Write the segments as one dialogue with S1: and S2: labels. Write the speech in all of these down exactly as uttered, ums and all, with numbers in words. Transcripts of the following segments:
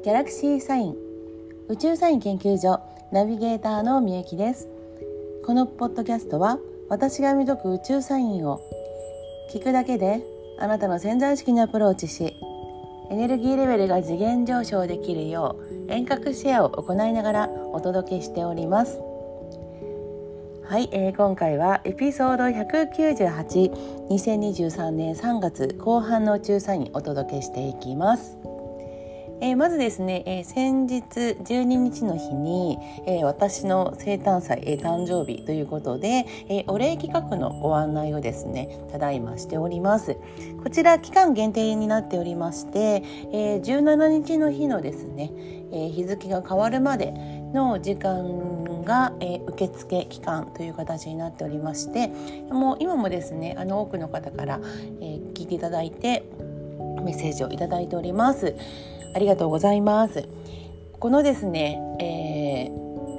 S1: ギャラクシーサイン宇宙サイン研究所ナビゲーターのみゆきです。このポッドキャストは私が見解く宇宙サインを聞くだけであなたの潜在意識にアプローチし、エネルギーレベルが次元上昇できるよう遠隔シェアを行いながらお届けしております。はい、えー、今回はエピソードひゃくきゅうじゅうはち、にせんにじゅうさんねんさんがつこう半の宇宙サインをお届けしていきます。えー、まずですね、えー、先日じゅうににちの日に、えー、私の生誕祭、えー、誕生日ということで、えー、お礼企画のご案内をですねただいましております。こちら期間限定になっておりまして、えー、じゅうしちにちの日のですね、えー、日付が変わるまでの時間が、えー、受付期間という形になっておりまして、もう今もですねあの多くの方から、えー、聞いていただいてメッセージをいただいております。ありがとうございます。このですね、えー、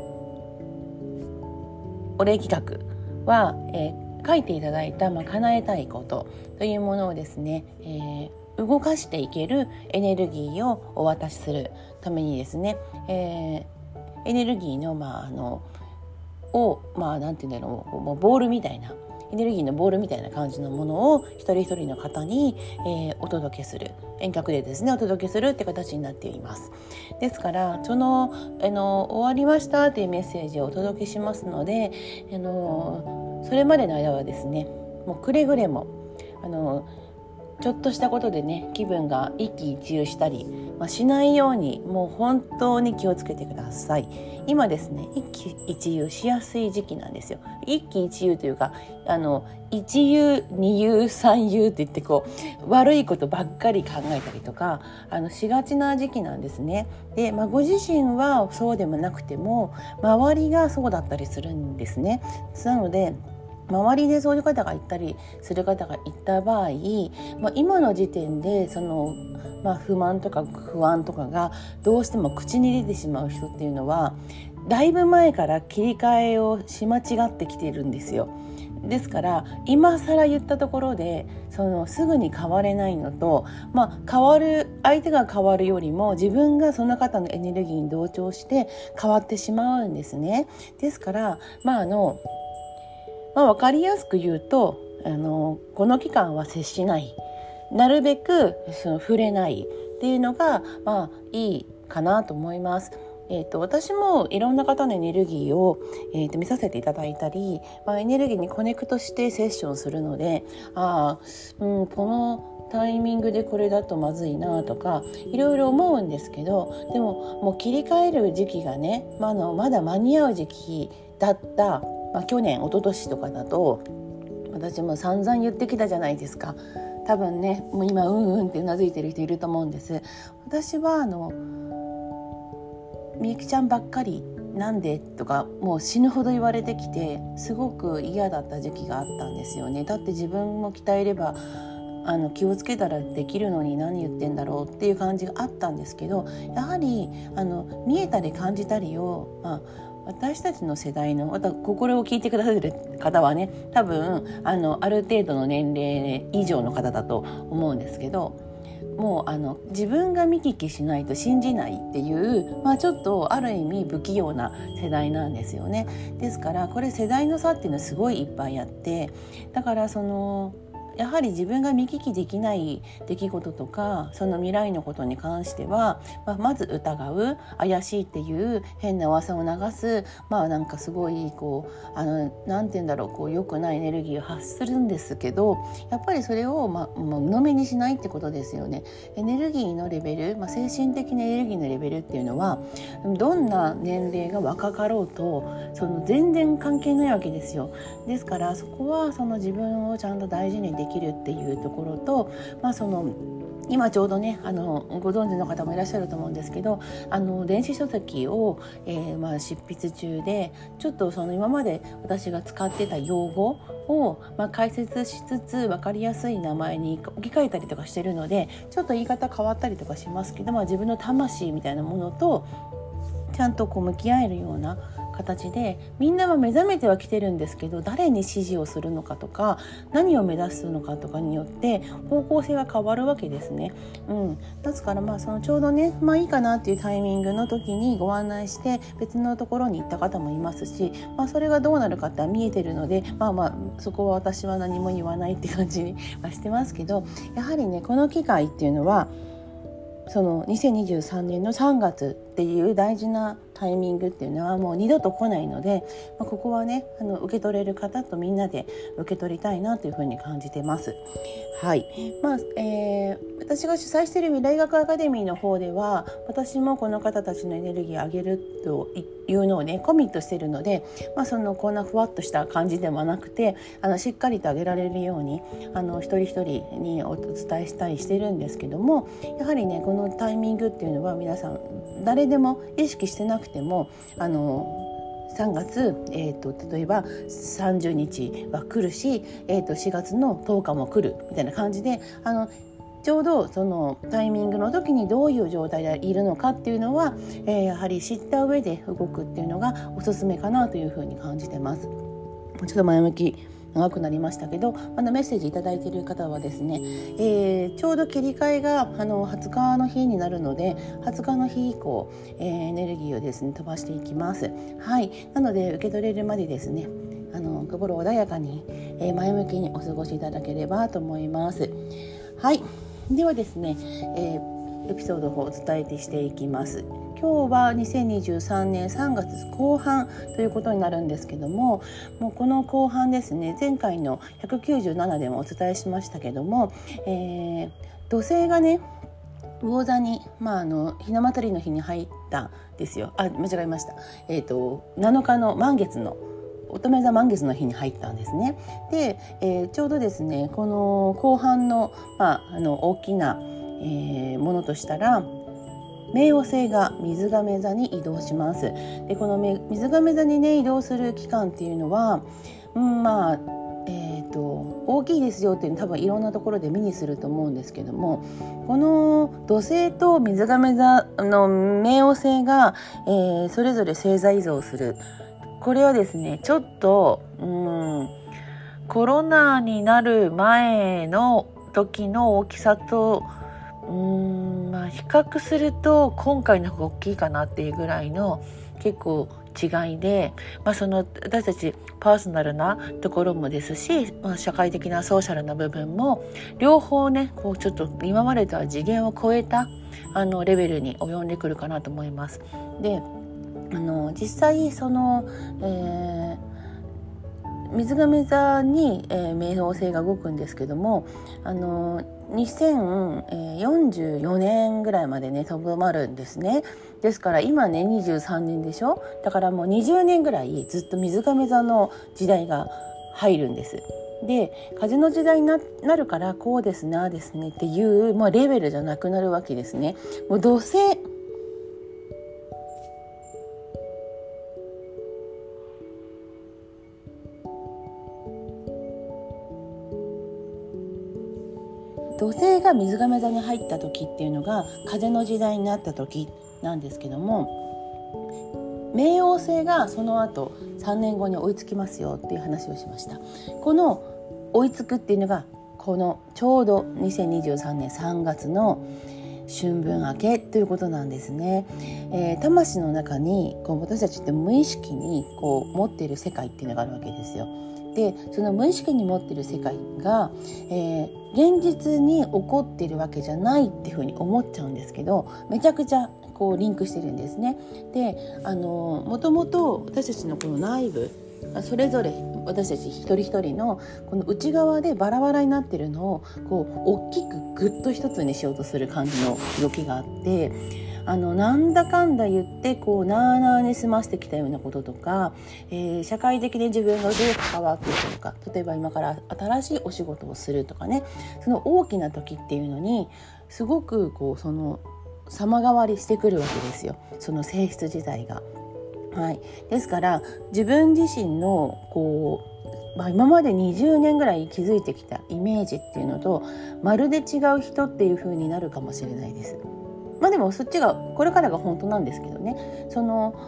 S1: お礼企画は、えー、書いていただいた、まあ、叶えたいことというものをですね、えー、動かしていけるエネルギーをお渡しするためにですね、えー、エネルギーの、まあ、あのを、まあ、なんていうんだろう、もうボールみたいなエネルギーのボールみたいな感じのものを一人一人の方に、えー、お届けする、遠隔でですねお届けするって形になっています。ですからその、あの終わりましたっていうメッセージをお届けしますので、あのそれまでの間はですねもうくれぐれもあのちょっとしたことでね気分が一喜一憂したり、まあ、しないようにもう本当に気をつけてください。今ですね一喜一憂しやすい時期なんですよ。一喜一憂というかあの一憂二憂三憂って言ってこう悪いことばっかり考えたりとかあのしがちな時期なんですね。で、まあ、ご自身はそうでもなくても周りがそうだったりするんですね。なので周りでそういう方がいたりする方がいた場合、まあ、今の時点でその、まあ、不満とか不安とかがどうしても口に出てしまう人っていうのはだいぶ前から切り替えをし間違ってきているんですよ。ですから今更言ったところでそのすぐに変われないのと、まあ、変わる相手が変わるよりも自分がその方のエネルギーに同調して変わってしまうんですね。ですからまああのまあ、分かりやすく言うとあのこの期間は接しない、なるべくその触れないっていうのが、まあ、いいかなと思います。えーと、私もいろんな方のエネルギーを、えーと、見させていただいたり、まあ、エネルギーにコネクトしてセッションするのであ、うん、このタイミングでこれだとまずいなとかいろいろ思うんですけど、でももう切り替える時期がね、まあ、のまだ間に合う時期だったまあ、去年一昨年とかだと私も散々言ってきたじゃないですか。多分ねもう今うんうんってうなずいてる人いると思うんです。私はあのみゆきちゃんばっかりなんでとかもう死ぬほど言われてきてすごく嫌だった時期があったんですよね。だって自分も鍛えればあの気をつけたらできるのに何言ってんだろうっていう感じがあったんですけど、やはりあの見えたり感じたりを、まあ私たちの世代のまた心を聞いてくださる方はね多分あのある程度の年齢以上の方だと思うんですけど、もうあの自分が見聞きしないと信じないっていう、まあ、ちょっとある意味不器用な世代なんですよね。ですからこれ世代の差っていうのはすごいいっぱいあって、だからそのやはり自分が見聞きできない出来事とかその未来のことに関しては、まあ、まず疑う、怪しいっていう変な噂を流す、まあなんかすごいこうあのなんて言うんだろう、こう良くないエネルギーを発するんですけど、やっぱりそれを、まあ、まあ、鵜呑みにしないってことですよね。エネルギーのレベル、まあ、精神的なエネルギーのレベルっていうのはどんな年齢が若かろうとその全然関係ないわけですよ。ですからそこはその自分をちゃんと大事にできるっていうところと、まあ、その今ちょうどねあのご存知の方もいらっしゃると思うんですけど、あの電子書籍を、えーまあ、執筆中でちょっとその今まで私が使ってた用語を、まあ、解説しつつ分かりやすい名前に置き換えたりとかしてるのでちょっと言い方変わったりとかしますけど、まあ、自分の魂みたいなものとちゃんとこう向き合えるような形で、みんなは目覚めてはきてるんですけど、誰に指示をするのかとか何を目指すのかとかによって方向性が変わるわけですね。うん、ですからまあそのちょうどね、まあいいかなっていうタイミングの時にご案内して別のところに行った方もいますし、まあ、それがどうなるかって見えてるので、まあまあそこは私は何も言わないって感じにはしてますけど、やはりねこの機会っていうのはそのにせんにじゅうさんねんのさんがつっていう大事なタイミングっていうのはもう二度と来ないので、まあ、ここはねあの受け取れる方とみんなで受け取りたいなというふうに感じてます。はい、まあえー、私が主催している未来学アカデミーの方では、私もこの方たちのエネルギーを上げるというのをねコミットしているので、まあ、そのこんなふわっとした感じではなくて、あのしっかりと上げられるようにあの一人一人にお伝えしたりしてるんですけども、やはりねこのタイミングっていうのは皆さん誰でも意識してなくてもあのさんがつ、えー、と例えばさんじゅうにちは来るし、えー、としがつのとおかも来るみたいな感じで、あのちょうどそのタイミングの時にどういう状態でいるのかっていうのは、えー、やはり知った上で動くっていうのがおすすめかなというふうに感じてます。ちょっと前向き長くなりましたけど、まだメッセージいただいている方はですね、えー、ちょうど切り替えがあのはつかの日になるので、はつかの日以降、えー、エネルギーをですね飛ばしていきます。はい、なので受け取れるまでですね、あの心穏やかに、えー、前向きにお過ごしいただければと思います。はい、ではですね、えー、エピソードをお伝えしていきます。今日はにせんにじゅうさんねんさんがつこう半ということになるんですけども、もうこの後半ですね、前回のひゃくきゅうじゅうななでもお伝えしましたけども、えー、土星がね魚座に、まあ、あのひな祭りの日に入ったんですよ。あ、間違えました、えーと、なのかの満月の乙女座満月の日に入ったんですね。で、えー、ちょうどですねこの後半の、まあ、あの大きな、えー、ものとしたら冥王星が水亀座に移動します。でこの水亀座にね移動する期間っていうのは、うん、まあえーと大きいですよっていうの多分いろんなところで目にすると思うんですけども、この土星と水亀座の冥王星が、えー、それぞれ星座移動する。これはですねちょっとうんコロナになる前の時の大きさとうーんまあ比較すると今回の方が大きいかなっていうぐらいの結構違いで、まあ、その私たちパーソナルなところもですし、まあ、社会的なソーシャルな部分も両方ねこうちょっと今までとは次元を超えたあのレベルに及んでくるかなと思います。であの実際その、えー水亀座に、えー、冥王星が動くんですけども、あのにせんよんじゅうよねんぐらいまでねとどまるんですね。ですから今ねにじゅうさんねんでしょ。だからもうにじゅうねんぐらいずっと水亀座の時代が入るんです。で風の時代に な, なるからこうですねああですねっていう、まあ、レベルじゃなくなるわけですね。もう土星土星が水亀座に入った時っていうのが風の時代になった時なんですけども、冥王星がその後さんねんごに追いつきますよっていう話をしました。この追いつくっていうのがこのちょうどにせんにじゅうさんねんさんがつの春分明けということなんですね。えー、魂の中にこう私たちって無意識にこう持っている世界っていうのがあるわけですよ。でその無意識に持っている世界が、えー、現実に起こっているわけじゃないっていうふうに思っちゃうんですけど、めちゃくちゃこうリンクしてるんですね。であのもともと私たちのこの内部それぞれ私たち一人一人のこの内側でバラバラになってるのをこう大きくグッと一つにしようとする感じの動きがあって、あのなんだかんだ言ってこうなあなあに済ませてきたようなこととか、えー、社会的に自分がどう関わっていくのか、例えば今から新しいお仕事をするとかね、その大きな時っていうのにすごくこうその様変わりしてくるわけですよ、その性質自体が。はい、ですから自分自身のこう、まあ、今までにじゅうねんぐらい築いてきたイメージっていうのとまるで違う人っていう風になるかもしれないです。まあでもそっちがこれからが本当なんですけどね、その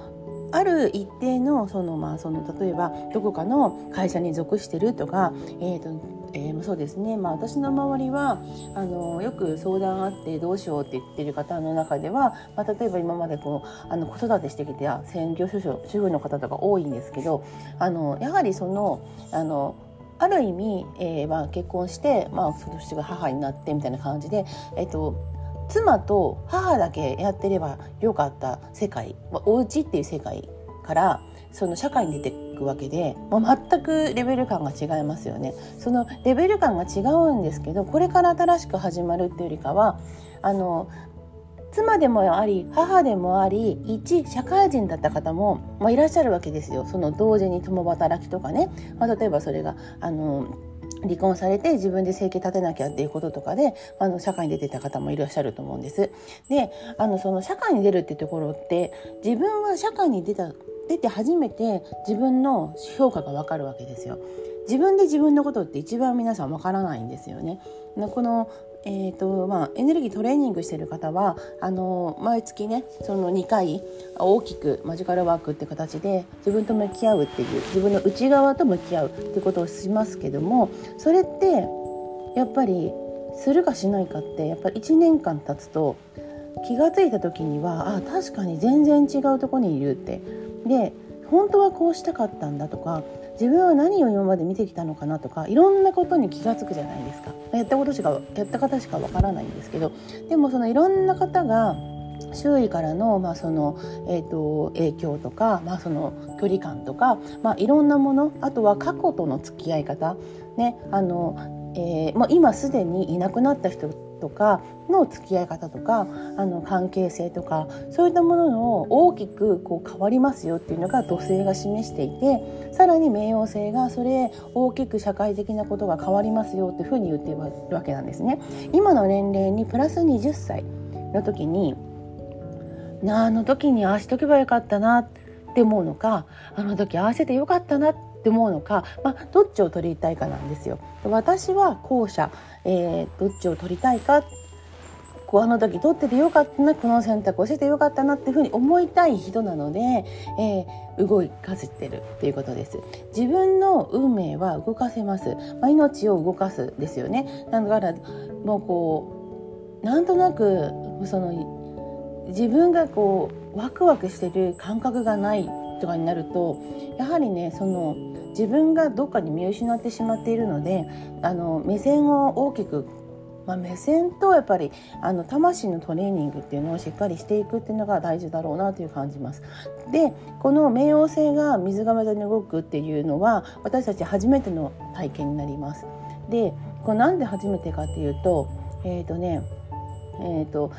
S1: ある一定のその、まあ、その例えばどこかの会社に属してるとか、えーとえー、そうですね、まあ、私の周りはあのよく相談あってどうしようって言ってる方の中では、まあ、例えば今までこうあの子育てしてきた専業主婦主婦の方とか多いんですけど、あのやはりそのあのある意味、えーまあ、結婚して、まあ、私が母になってみたいな感じで、えっと妻と母だけやってればよかった世界、お家っていう世界からその社会に出ていくわけで、もう全くレベル感が違いますよね。そのレベル感が違うんですけど、これから新しく始まるっていうよりかは、あの妻でもあり母でもあり一社会人だった方も、まあ、いらっしゃるわけですよ。その同時に共働きとかね、まあ、例えばそれがあの離婚されて自分で生計立てなきゃっていうこととかであの社会に出てた方もいらっしゃると思うんです。で、あのその社会に出るっていうところって自分は社会に出た出て初めて自分の評価が分かるわけですよ。自分で自分のことって一番皆さん分からないんですよね。このえーとまあ、エネルギートレーニングしている方はあの毎月ねそのにかい大きくマジカルワークって形で自分と向き合うっていう自分の内側と向き合うっていうことをしますけども、それってやっぱりするかしないかってやっぱりいちねんかん経つと気がついた時にはあ確かに全然違うところにいるって、で本当はこうしたかったんだとか自分は何を今まで見てきたのかなとかいろんなことに気がつくじゃないですか。やったことしかやった方しかわからないんですけど、でもそのいろんな方が周囲からの、まあそのえー、と影響とか、まあ、その距離感とか、まあ、いろんなもの、あとは過去との付き合い方、ねあのえーまあ、今すでにいなくなった人とかの付き合い方とかあの関係性とかそういったものの大きくこう変わりますよっていうのが土星が示していて、さらに冥王星がそれ大きく社会的なことが変わりますよっていうふうに言っているわけなんですね。今の年齢にプラスにじゅっさいの時にあの時にああしとけばよかったなって思うのか、あの時ああしててよかったなって思うのか、まあ、どっちを取りたいかなんですよ。私は後者、えー、どっちを取りたいか、こうあの時取っててよかったな、この選択をしててよかったなっていうふうに思いたい人なので、えー、動かせてるっていうことです。自分の運命は動かせます、まあ、命を動かすですよね。だからもうこうなんとなくその自分がこうワクワクしてる感覚がないとかになると、やはりねその自分がどっかに見失ってしまっているので、あの目線を大きく、まあ、目線とやっぱりあの魂のトレーニングっていうのをしっかりしていくっていうのが大事だろうなという感じます。でこの冥王星が水亀座に動くっていうのは私たち初めての体験になります。でこれなんで初めてかっていうとえっ、ー、とねえっ、ー、と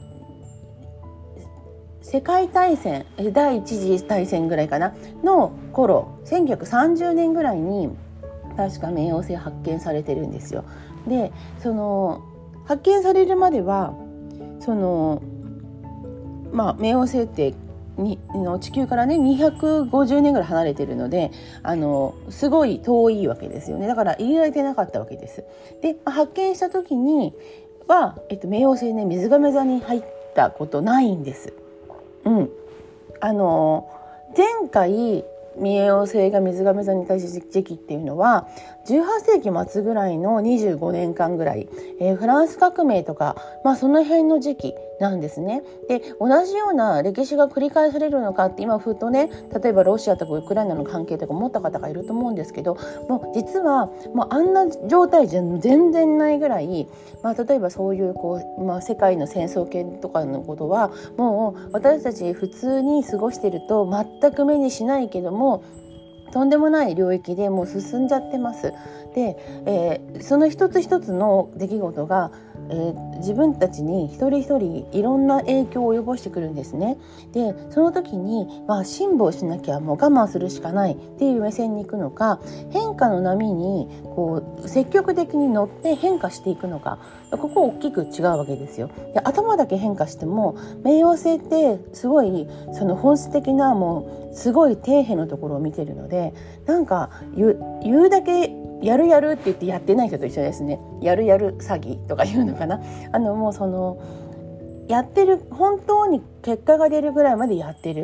S1: 世界大戦第一次大戦ぐらいかなの頃、せんきゅうひゃくさんじゅうねんぐらいに確か冥王星発見されてるんですよ。でその発見されるまではそのまあ冥王星ってにの地球からねにひゃくごじゅうねんぐらい離れてるので、あのすごい遠いわけですよね。だから入れられてなかったわけです。で発見した時には、えっと、冥王星ね水亀座に入ったことないんです。うん、あの前回冥王星が水亀座に対して時期っていうのはじゅうはっせいき末ぐらいのにじゅうごねんかんぐらい、えー、フランス革命とか、まあ、その辺の時期なんですね。で同じような歴史が繰り返されるのかって今ふとね、例えばロシアとかウクライナの関係とか思った方がいると思うんですけど、もう実はもうあんな状態じゃ全然ないぐらい、まあ、例えばそういうこう、まあ、世界の戦争系とかのことはもう私たち普通に過ごしてると全く目にしないけどもとんでもない領域でもう進んじゃってます。で、えー、その一つ一つの出来事が、えー、自分たちに一人一人いろんな影響を及ぼしてくるんですね。でその時に、まあ、辛抱しなきゃもう我慢するしかないっていう目線に行くのか、変化の波にこう積極的に乗って変化していくのか、ここ大きく違うわけですよ。で頭だけ変化しても冥王星ってすごいその本質的なもうすごい底辺のところを見てるので、なんか言う、言うだけやるやるって言ってやってない人と一緒ですね。やるやる詐欺とか言うのかな。あのもうそのやってる、本当に結果が出るぐらいまでやってる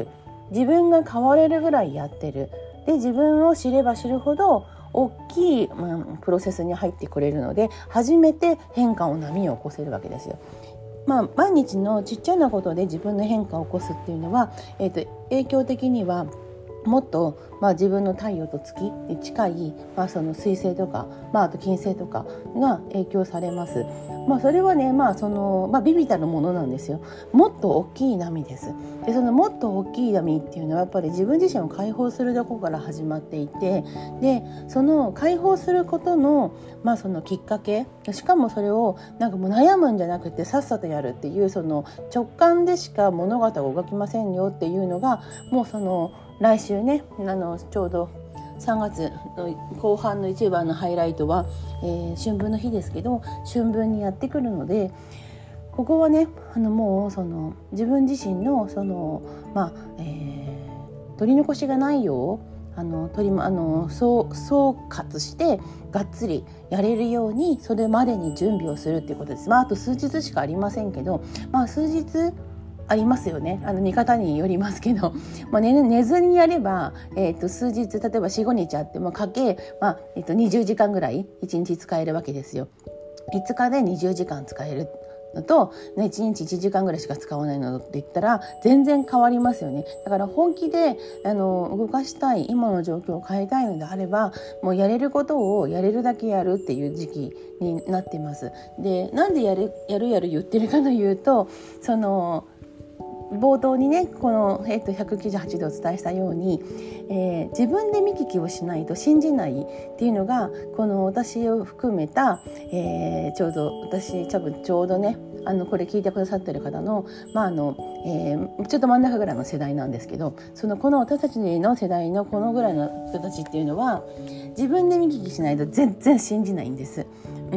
S1: 自分が変われるぐらいやってる。で自分を知れば知るほど大きい、うん、プロセスに入ってくれるので、初めて変化を波を起こせるわけですよ。まあ、毎日のちっちゃなことで自分の変化を起こすっていうのは、えーと、影響的にはもっと、まあ、自分の太陽と月に近い、まあ、その水星とか、まあ、あと金星とかが影響されます。まあ、それはね、まあそのまあ、微々たるものなんですよ。もっと大きい波です。でそのもっと大きい波っていうのはやっぱり自分自身を解放するところから始まっていて、でその解放することの、まあ、そのきっかけ、しかもそれをなんかもう悩むんじゃなくてさっさとやるっていう、その直感でしか物事が動きませんよっていうのが、もうその来週ね、あのちょうどさんがつの後半の一番のハイライトは、えー、春分の日ですけど、春分にやってくるので、ここはね、あのもうその自分自身のその、まあえー、取り残しがないよう、あの取りあの総総括してがっつりやれるように、それまでに準備をするっていうことです。まあ、あと数日しかありませんけど、まあ、数日ありますよね。あの見方によりますけど、まあ、寝, 寝ずにやれば、えー、と数日、例えば よん、ごにちあってもかけ、まあえー、とにじゅうじかんぐらいいちにち使えるわけですよ。いつかでにじゅうじかん使えるのと、ね、いちにちいちじかんぐらいしか使わないのって言ったら全然変わりますよね。だから本気であの動かしたい、今の状況を変えたいのであれば、もうやれることをやれるだけやるっていう時期になってます。でなんでやるやるやる言ってるかというと、その冒頭にね、この、えー、とひゃくきゅうじゅうはちでお伝えしたように、えー、自分で見聞きをしないと信じないっていうのが、この私を含めた、えー、ちょうど私多分ちょうどね、あのこれ聞いてくださってる方の、まああのえー、ちょっと真ん中ぐらいの世代なんですけど、そのこの私たちの世代のこのぐらいの人たちっていうのは、自分で見聞きしないと全然信じないんです、うん、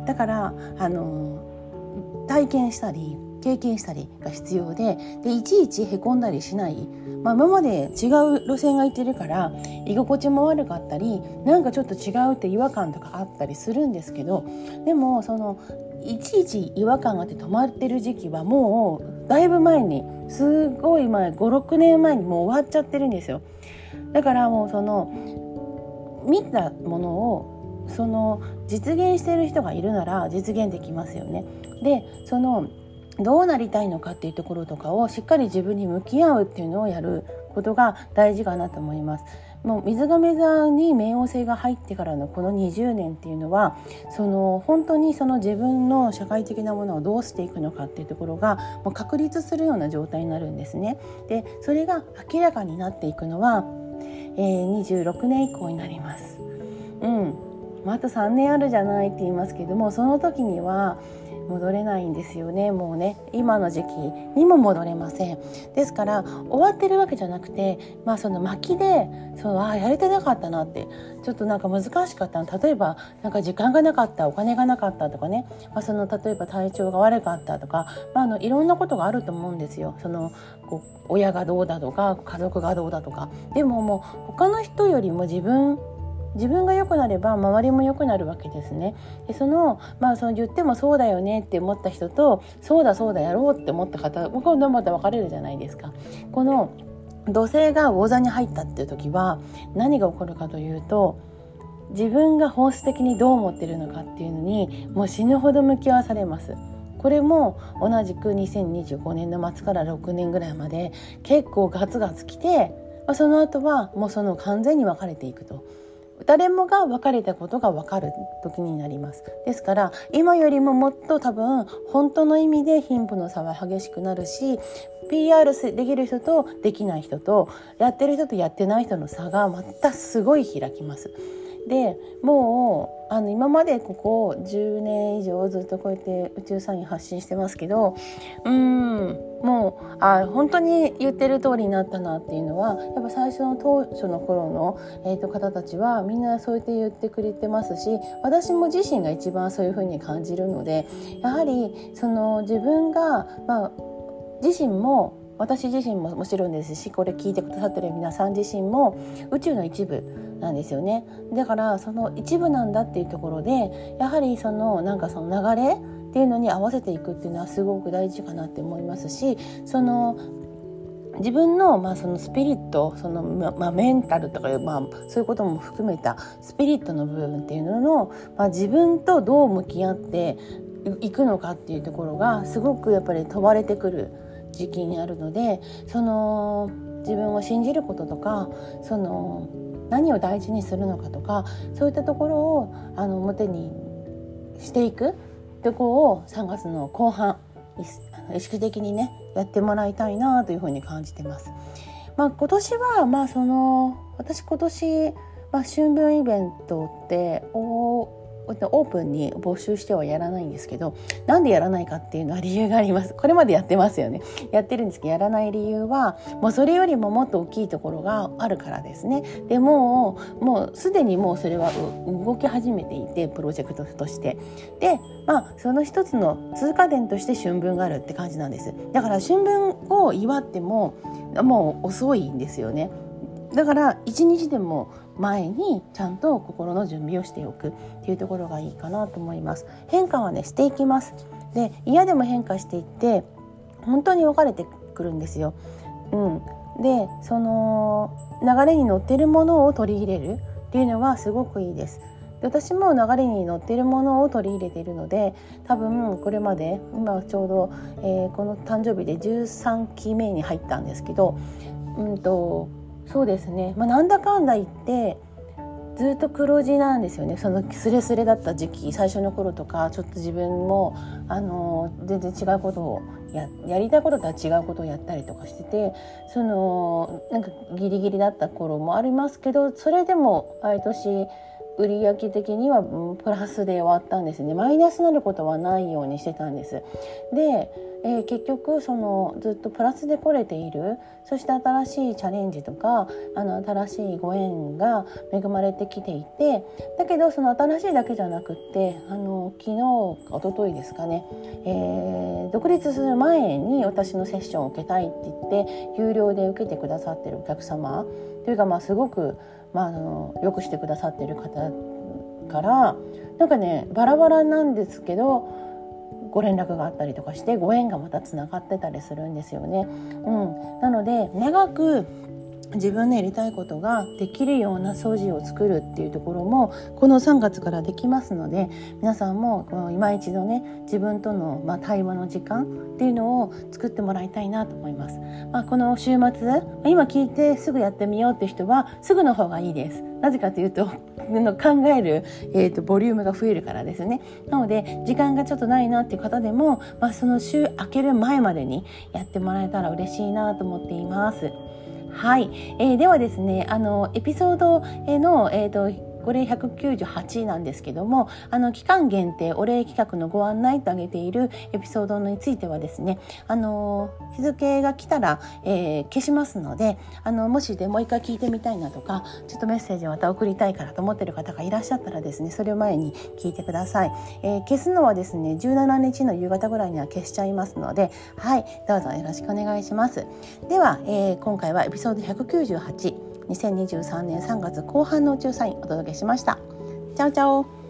S1: だからあの体験したり経験したりが必要で、でいちいちへこんだりしない、まあ、今まで違う路線がいってるから居心地も悪かったり、なんかちょっと違うって違和感とかあったりするんですけど、でもそのいちいち違和感があって止まってる時期はもうだいぶ前に、すごい前、ご、ろくねんまえにもう終わっちゃってるんですよ。だからもうその見たものをその実現してる人がいるなら実現できますよね。でそのどうなりたいのかっていうところとかをしっかり自分に向き合うっていうのをやることが大事かなと思います。もう水亀座に冥王星が入ってからのこのにじゅうねんっていうのは、その本当にその自分の社会的なものをどうしていくのかっていうところがもう確立するような状態になるんですね。でそれが明らかになっていくのは、えー、にじゅうろくねん以降になります。うんまあ、あとさんねんあるじゃないって言いますけども、その時には戻れないんですよね。もうね、今の時期にも戻れません。ですから終わってるわけじゃなくて、まあその巻きでそのあやれてなかったなって、ちょっとなんか難しかったの、例えばなんか時間がなかった、お金がなかったとかね、まあ、その例えば体調が悪かったとか、まあ、あのいろんなことがあると思うんですよ。そのこう親がどうだとか家族がどうだとか。でももう他の人よりも自分自分が良くなれば周りも良くなるわけですね。でそのまあその言ってもそうだよねって思った人と、そうだそうだやろうって思った方、今度また分かれるじゃないですか。この土星が魚座に入ったっていう時は何が起こるかというと、自分が本質的にどう思ってるのかっていうのにもう死ぬほど向き合わされます。これも同じくにせんにじゅうごねんの末からろくねんぐらいまで結構ガツガツきて、まあ、その後はもうその完全に分かれていくと。誰もが別れたことが分かる時になります。ですから今よりももっと多分本当の意味で貧富の差は激しくなるし、 ピーアール できる人とできない人とやってる人とやってない人の差がまたすごい開きます。でもうあの今までここじゅうねん以上ずっとこうやって宇宙サイン発信してますけど、うーんもうあ本当に言ってる通りになったなっていうのは、やっぱ最初の当初の頃の、えー、と方たちはみんなそうやって言ってくれてますし、私も自身が一番そういう風に感じるので、やはりその自分が、まあ、自身も私自身ももちろんですし、これ聞いてくださってる皆さん自身も宇宙の一部なんですよね。だからその一部なんだっていうところで、やはりそのなんかその流れっていうのに合わせていくっていうのはすごく大事かなって思いますし、その自分の、まあ、そのスピリット、その、まあ、メンタルとかいう、まあ、そういうことも含めたスピリットの部分っていうのの、まあ、自分とどう向き合っていくのかっていうところがすごくやっぱり問われてくる時期にあるので、その自分を信じることとか、その何を大事にするのかとか、そういったところをあの表にしていくところをさんがつの後半意識的にねやってもらいたいなというふうに感じてます。まあ、今年はまあその私今年、まあ、春分イベントっておオープンに募集してはやらないんですけど、なんでやらないかっていうのは理由があります。これまでやってますよね。やってるんですけど、やらない理由はもうそれよりももっと大きいところがあるからですね。でもうもうすでにもうそれは動き始めていて、プロジェクトとしてで、まあその一つの通過点として春分があるって感じなんです。だから春分を祝ってももう遅いんですよね。だから一日でも前にちゃんと心の準備をしておくっていうところがいいかなと思います。変化はねしていきます。で、嫌でも変化していって本当に分かれてくるんですよ。うん、でその流れに乗っているものを取り入れるっていうのはすごくいいです。で、私も流れに乗っているものを取り入れているので、多分これまで今ちょうど、えー、この誕生日でじゅうさんきめに入ったんですけど、うんとそうですね、まあ、なんだかんだ言ってずっと黒字なんですよね。そのスレスレだった時期、最初の頃とかちょっと自分もあの全然違うことを や, やりたいこととは違うことをやったりとかしてて、そのなんかギリギリだった頃もありますけど、それでも毎年売上的にはプラスで終わったんですね。マイナスになることはないようにしてたんです。で、えー、結局そのずっとプラスで来れている、そして新しいチャレンジとかあの新しいご縁が恵まれてきていて、だけどその新しいだけじゃなくってあの昨日か一昨日ですかね、えー、独立する前に私のセッションを受けたいって言って有料で受けてくださってるお客様というか、まあすごくまあ、あのよくしてくださっている方からなんかねバラバラなんですけどご連絡があったりとかしてご縁がまたつながってたりするんですよね。うん、なので長く自分のやりたいことができるような素地を作るっていうところもこのさんがつからできますので、皆さんもこの今一度ね自分との、まあ、対話の時間っていうのを作ってもらいたいなと思います。まあ、この週末今聞いてすぐやってみようっていう人はすぐの方がいいです。なぜかというと考える、えーと、ボリュームが増えるからですね。なので時間がちょっとないなっていう方でも、まあ、その週明ける前までにやってもらえたら嬉しいなと思っています。はい、えー、ではですね、あのエピソードの、えーとこれひゃくきゅうじゅうはちなんですけども、あの期間限定お礼企画のご案内と挙げているエピソードについてはですね、あの日付が来たら、えー、消しますので、あのもしでもう一回聞いてみたいなとか、ちょっとメッセージをまた送りたいからと思っている方がいらっしゃったらですね、それを前に聞いてください。えー、消すのはですねじゅうしちにちの夕方ぐらいには消しちゃいますので、はい、どうぞよろしくお願いします。では、えー、今回はエピソードひゃくきゅうじゅうはち、にせんにじゅうさんねんさんがつこう半の宇宙サインお届けしました。チャオチャオ。